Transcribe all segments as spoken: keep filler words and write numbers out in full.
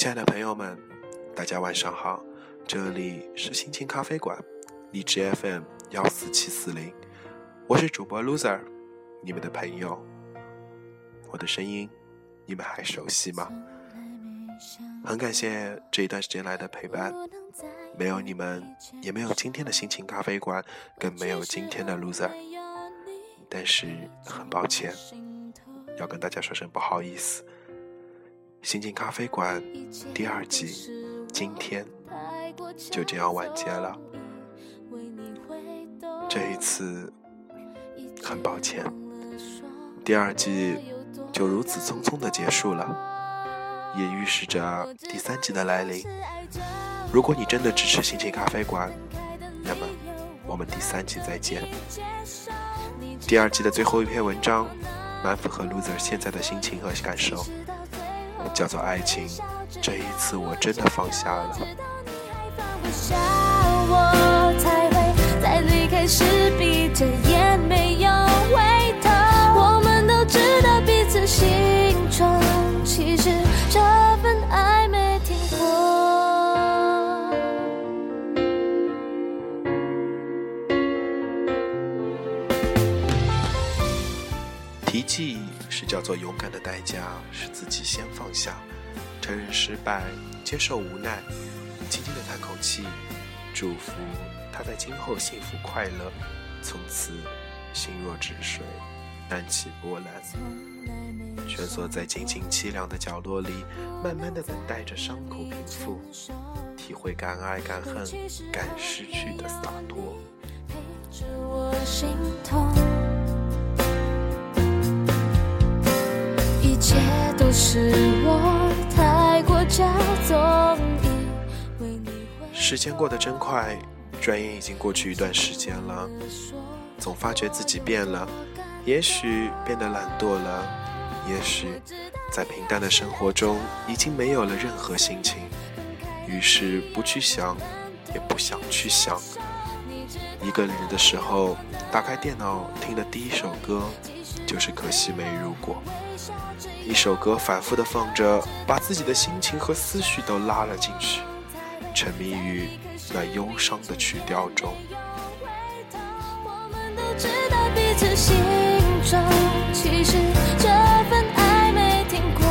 亲爱的朋友们，大家晚上好，这里是心情咖啡馆，荔枝 F M 一四七四零，我是主播 Loser， 你们的朋友。我的声音你们还熟悉吗？很感谢这一段时间来的陪伴，没有你们也没有今天的心情咖啡馆，更没有今天的 Loser。 但是很抱歉要跟大家说声不好意思，心情咖啡馆第二季今天就这样完结了。这一次很抱歉，第二季就如此匆匆地结束了，也预示着第三季的来临。如果你真的支持心情咖啡馆，那么我们第三季再见。第二季的最后一篇文章蛮符合 Loser 现在的心情和感受，叫做爱情，这一次我真的放下了。 我才会在离开时闭着眼没有回头，我们都知道彼此心中其实这份爱没停过。 题记是叫做勇敢的代价是自己先放下，承认失败，接受无奈，轻轻地叹口气，祝福他在今后幸福快乐，从此心若止水，难起波澜。蜷缩在静静凄凉的角落里，慢慢地等待着伤口平复，体会敢爱敢恨敢失去的洒脱。 陪着我心痛，一切都是我太过骄纵，以为你会。 时间过得真快，转眼已经过去一段时间了，总发觉自己变了，也许变得懒惰了，也许在平淡的生活中已经没有了任何心情，于是不去想，也不想去想。一个人的时候，打开电脑听的第一首歌就是可惜没如果，一首歌反复的放着，把自己的心情和思绪都拉了进去，沉迷于那忧伤的曲调中。 我们都知道彼此心中其实这份爱没停过，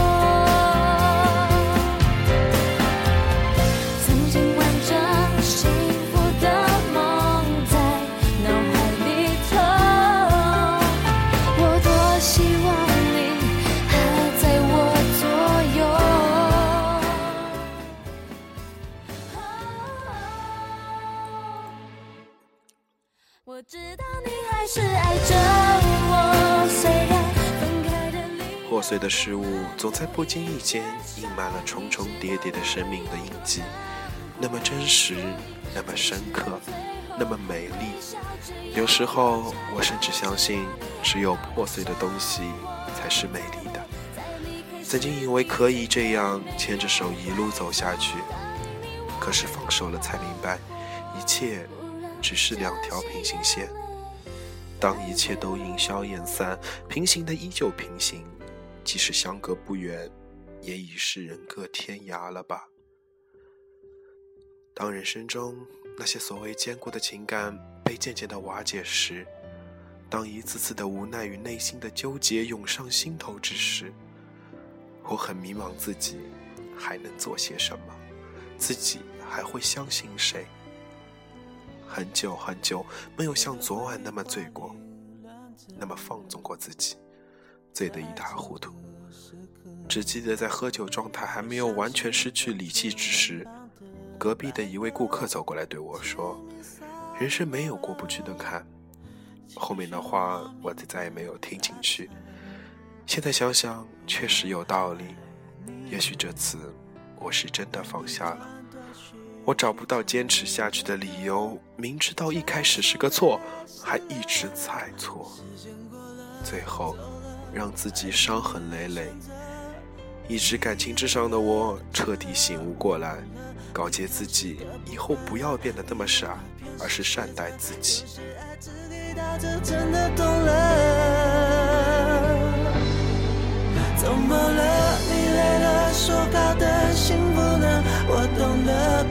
曾经完整幸福的梦在脑海里头，我多希望你还在我左右。我知道你还是爱着我，虽然分开的理由。 破碎的事物总在不经意间印满了重重叠叠的生命的印记，那么真实，那么深刻，那么美丽。有时候我甚至相信，只有破碎的东西才是美丽的。曾经以为可以这样牵着手一路走下去，可是放手了才明白，一切只是两条平行线。当一切都烟消烟散，平行的依旧平行，即使相隔不远，也已是人各天涯了吧。当人生中那些所谓坚固的情感被渐渐的瓦解时，当一次次的无奈与内心的纠结涌上心头之时，我很迷茫，自己还能做些什么，自己还会相信谁。很久很久没有像昨晚那么醉过，那么放纵过自己，醉得一塌糊涂。只记得在喝酒状态还没有完全失去理气之时，隔壁的一位顾客走过来对我说，人生没有过不去的坎。后面的话我再也没有听进去，现在想想确实有道理，也许这次我是真的放下了。我找不到坚持下去的理由，明知道一开始是个错，还一直猜错，最后让自己伤痕累累。一直感情之上的我彻底醒悟过来，告诫自己以后不要变得那么傻，而是善待自己。真的懂了，怎么了？你累了，说好的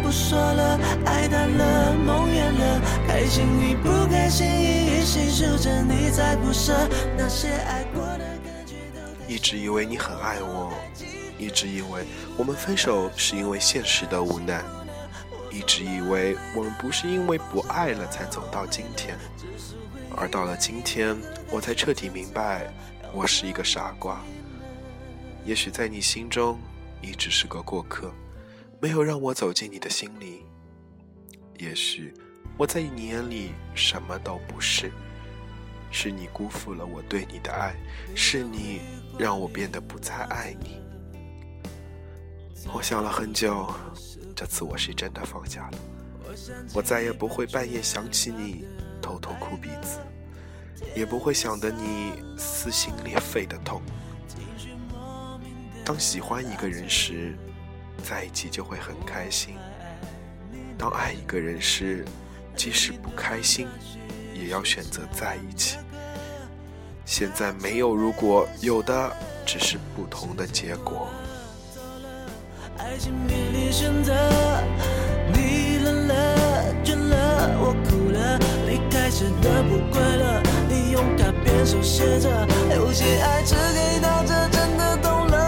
不说了，爱淡了，梦远了，开心与不开心一一细数着，你在不舍那些爱过的感觉都。 一直以为你很爱我，一直以为我们分手是因为现实的无奈，一直以为我们不是因为不爱了才走到今天，而到了今天，我才彻底明白，我是一个傻瓜。也许在你心中，你只是个过客，没有让我走进你的心里。也许我在你眼里什么都不是，是你辜负了我对你的爱，是你让我变得不再爱你。我想了很久，这次我是真的放下了。我再也不会半夜想起你偷偷哭鼻子，也不会想得你撕心裂肺的痛。当喜欢一个人时，在一起就会很开心；当爱一个人时，即使不开心，也要选择在一起。现在没有如果，有的只是不同的结果。 爱情面临选择，你冷了，倦了，我哭了，离开时的不快乐，你用卡片手写着，有些爱只给到这，真的懂了。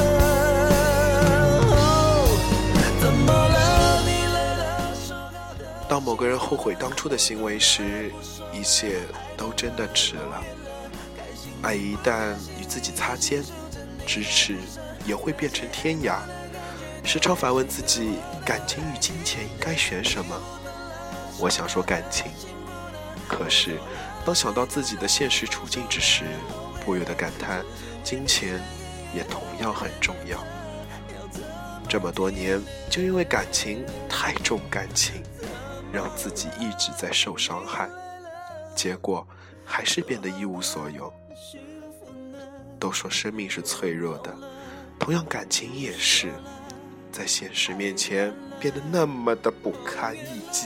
当某个人后悔当初的行为时，一切都真的迟了。爱一旦与自己擦肩，咫尺也会变成天涯。时常反问自己，感情与金钱应该选什么？我想说感情，可是当想到自己的现实处境之时，不由得感叹，金钱也同样很重要。这么多年，就因为感情太重感情，让自己一直在受伤害，结果还是变得一无所有。都说生命是脆弱的，同样感情也是，在现实面前变得那么的不堪一击。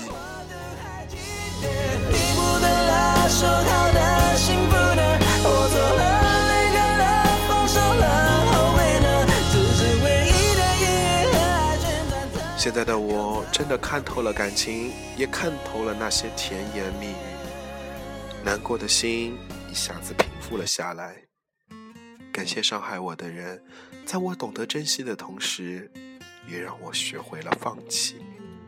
现在的我真的看透了感情，也看透了那些甜言蜜语，难过的心一下子平复了下来。感谢伤害我的人，在我懂得珍惜的同时，也让我学会了放弃。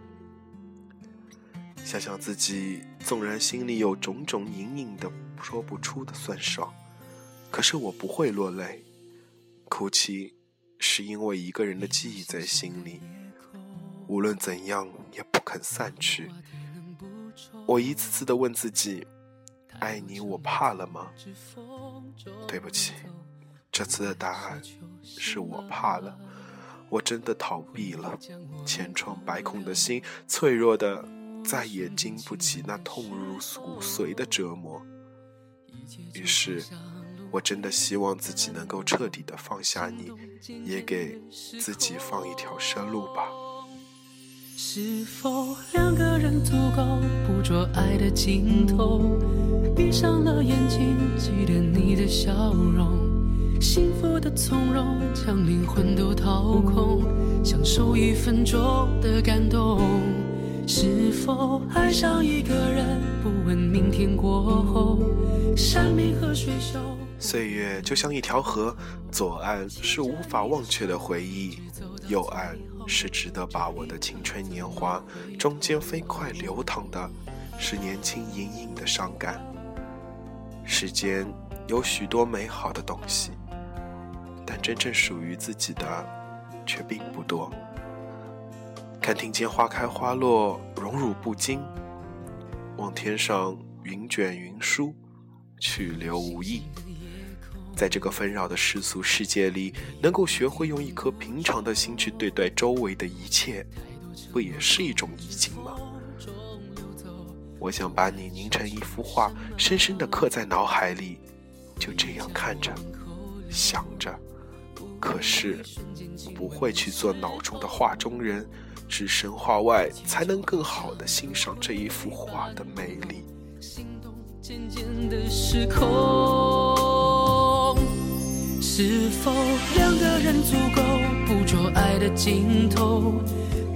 想想自己，纵然心里有种种隐隐的说不出的酸爽，可是我不会落泪。哭泣是因为一个人的记忆在心里，无论怎样也不肯散去。我一次次地问自己，爱你我怕了吗？对不起，这次的答案是我怕了。我真的逃避了，千疮百孔的心，脆弱的再也经不起那痛入骨髓的折磨。于是我真的希望自己能够彻底的放下你，也给自己放一条生路吧。 是否两个人足够捕捉爱的尽头？闭上了眼睛，记得你的笑容，幸福的从容，将灵魂都掏空，享受一分钟的感动。是否爱上一个人，不问明天过后，山明和水秀。 岁月就像一条河，左岸是无法忘却的回忆，右岸是值得把握的青春年华，中间飞快流淌的是年轻隐隐的伤感。世间有许多美好的东西，但真正属于自己的却并不多。看庭间花开花落，荣辱不惊，望天上云卷云舒，去留无意。在这个纷扰的世俗世界里，能够学会用一颗平常的心去对待周围的一切，不也是一种意境吗？我想把你凝成一幅画，深深地刻在脑海里，就这样看着想着，可是不会去做脑中的画中人，置身画外，才能更好地欣赏这一幅画的美丽。 心动渐渐的失控，是否两个人足够捕捉爱的尽头？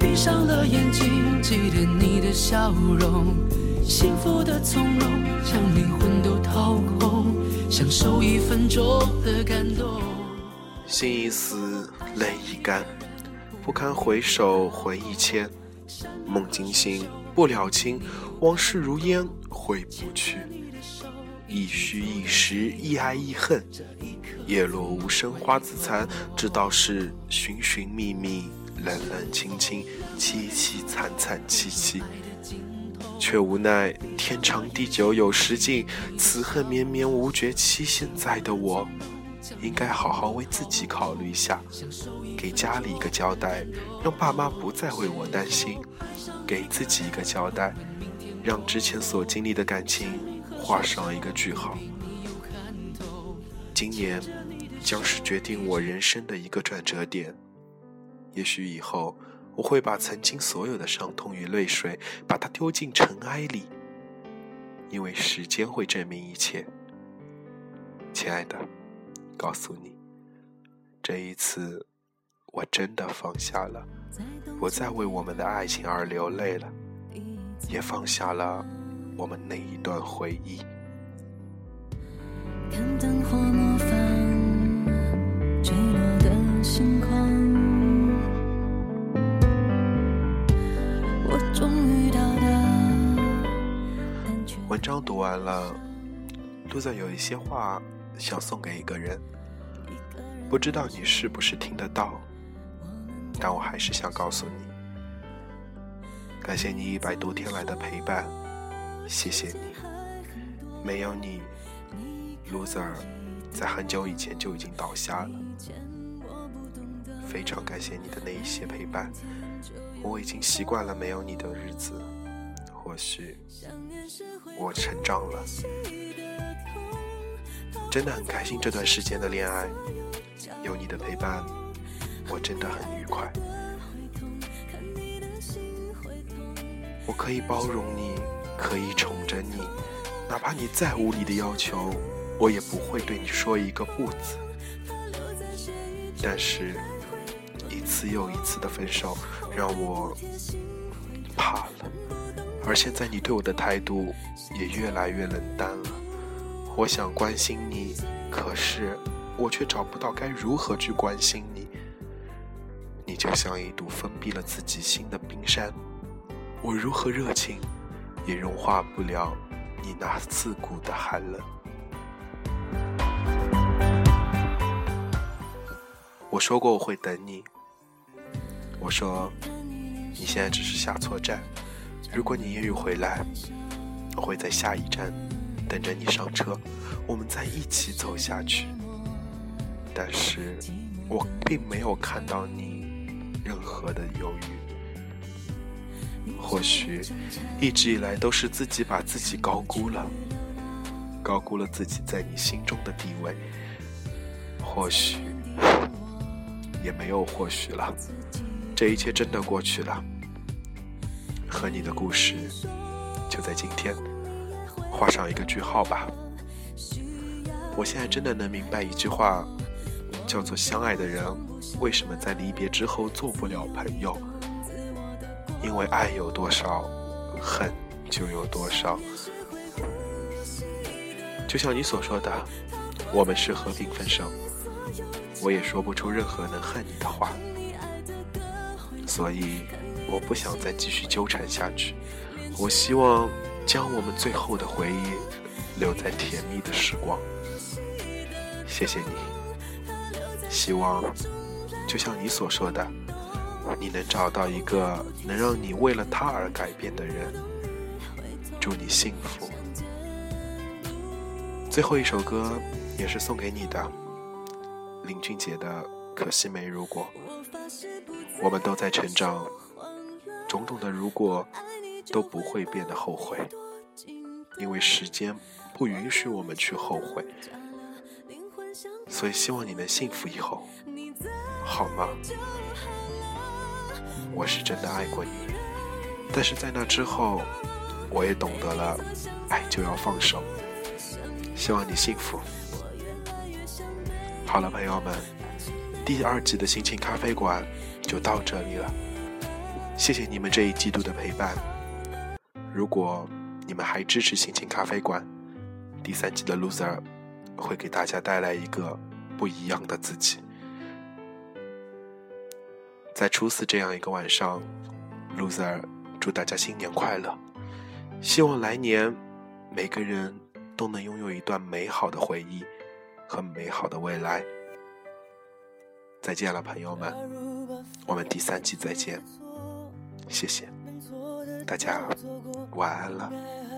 闭上了眼睛，记得你的笑容，幸福的从容，将灵魂都掏空，享受一分钟的感动。 心已死，泪已干，不堪回首，回忆牵。梦惊醒，不了情，往事如烟，回不去。一虚一实，一爱一恨。叶落无声花自残，知道是寻寻觅觅，冷冷清清，凄凄惨惨戚戚。却无奈天长地久有时尽，此恨绵绵无绝期。现在的我应该好好为自己考虑一下，给家里一个交代，让爸妈不再为我担心，给自己一个交代，让之前所经历的感情画上一个句号。今年将是决定我人生的一个转折点，也许以后我会把曾经所有的伤痛与泪水把它丢进尘埃里，因为时间会证明一切。亲爱的，告诉你，这一次我真的放下了，不再为我们的爱情而流泪了，也放下了我们那一段回忆。 看灯火模仿坠落的星光，我终于到达。 文章读完了，路上有一些话想送给一个人，不知道你是不是听得到，但我还是想告诉你，感谢你一百多天来的陪伴，谢谢你，没有你，Loser 在很久以前就已经倒下了。非常感谢你的那一些陪伴，我已经习惯了没有你的日子，或许我成长了。真的很开心这段时间的恋爱，有你的陪伴，我真的很愉快。我可以包容你，可以宠着你，哪怕你再无理的要求，我也不会对你说一个不字。但是一次又一次的分手让我怕了，而现在你对我的态度也越来越冷淡了。我想关心你，可是我却找不到该如何去关心你。你就像一堵封闭了自己心的冰山，我如何热情也融化不了你那刺骨的寒冷。我说过我会等你，我说你现在只是下错站，如果你愿意回来，我会在下一站等着你上车，我们再一起走下去。但是我并没有看到你任何的犹豫，或许一直以来都是自己把自己高估了，高估了自己在你心中的地位，或许也没有或许了，这一切真的过去了，和你的故事就在今天画上一个句号吧。我现在真的能明白一句话，叫做相爱的人为什么在离别之后做不了朋友，因为爱有多少，恨就有多少。就像你所说的，我们是和平分手，我也说不出任何能恨你的话，所以我不想再继续纠缠下去。我希望将我们最后的回忆留在甜蜜的时光。谢谢你，希望就像你所说的，你能找到一个能让你为了他而改变的人。祝你幸福。最后一首歌也是送给你的，林俊杰的《可惜没如果》。我们都在成长，种种的如果都不会变得后悔，因为时间不允许我们去后悔。所以希望你能幸福以后，好吗？我是真的爱过你，但是在那之后我也懂得了爱就要放手。希望你幸福。好了朋友们，第二季的心情咖啡馆就到这里了， 谢谢你们这一季度的陪伴。如果你们还支持心情咖啡馆，第三季的 Loser 会给大家带来一个不一样的自己。在初四这样一个晚上， Loser 祝大家新年快乐，希望来年每个人都能拥有一段美好的回忆和美好的未来。再见了朋友们，我们第三季再见，谢谢大家，晚安了。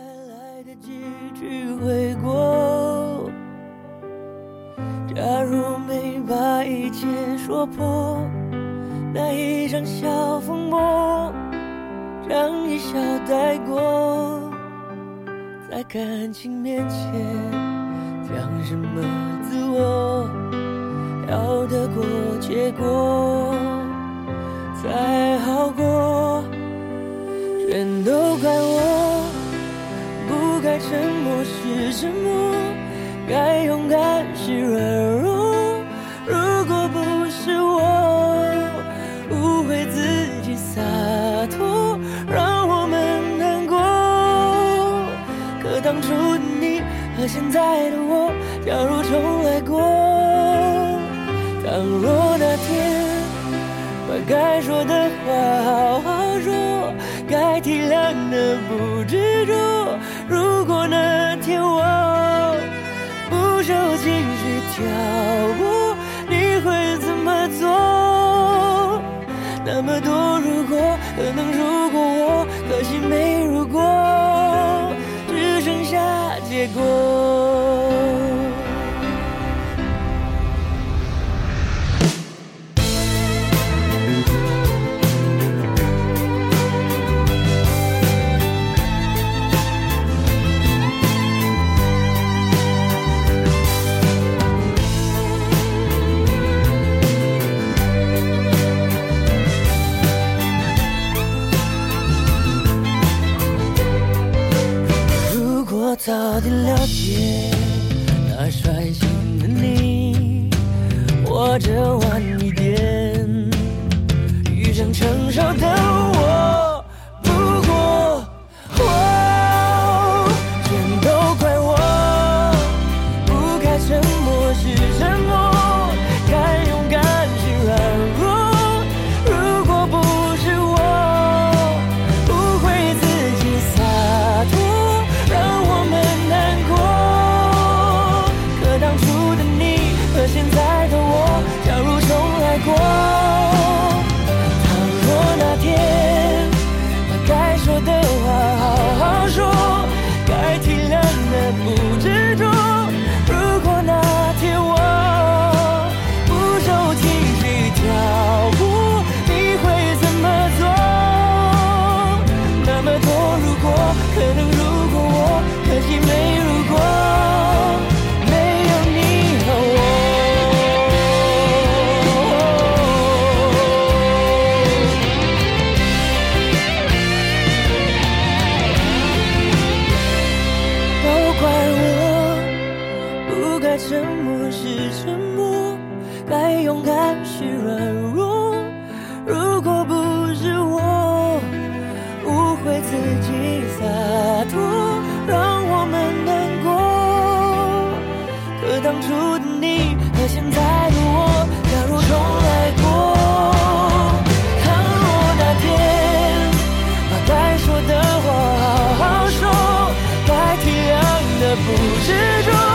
假如没把一切说破，那一场小风波让一笑带过，在感情面前讲什么自我，要得过且过才好过。全都怪我，不该沉默是沉默，该勇敢是软弱。如果不是我误会自己洒脱，让我们难过。可当初的你和现在的我，假如重来过，倘若那天把该说的话好好说，该体谅的不执着。如果那天我不受情绪挑拨，你会怎么做？那么多如果，可能如果我，可惜没如果，只剩下结果。早点了解那率性的你，或者晚一点遇上成熟的我。不过我全都怪我，不该沉默是沉默，该勇敢是软弱。如果不是我误会自己洒脱，现在的我，假如重来过，倘若那天把该说的话好好说，该体谅的不执着。如果那天我不受情绪挑拨，你会怎么做？那么多如果，可能如果我，可惜没如果。沉默是沉默，该勇敢是软弱。如果不是我误会自己洒脱，让我们难过。可当初的你和现在的我，假如重来过，倘若那天把该说的话好好说，该体谅的不执着。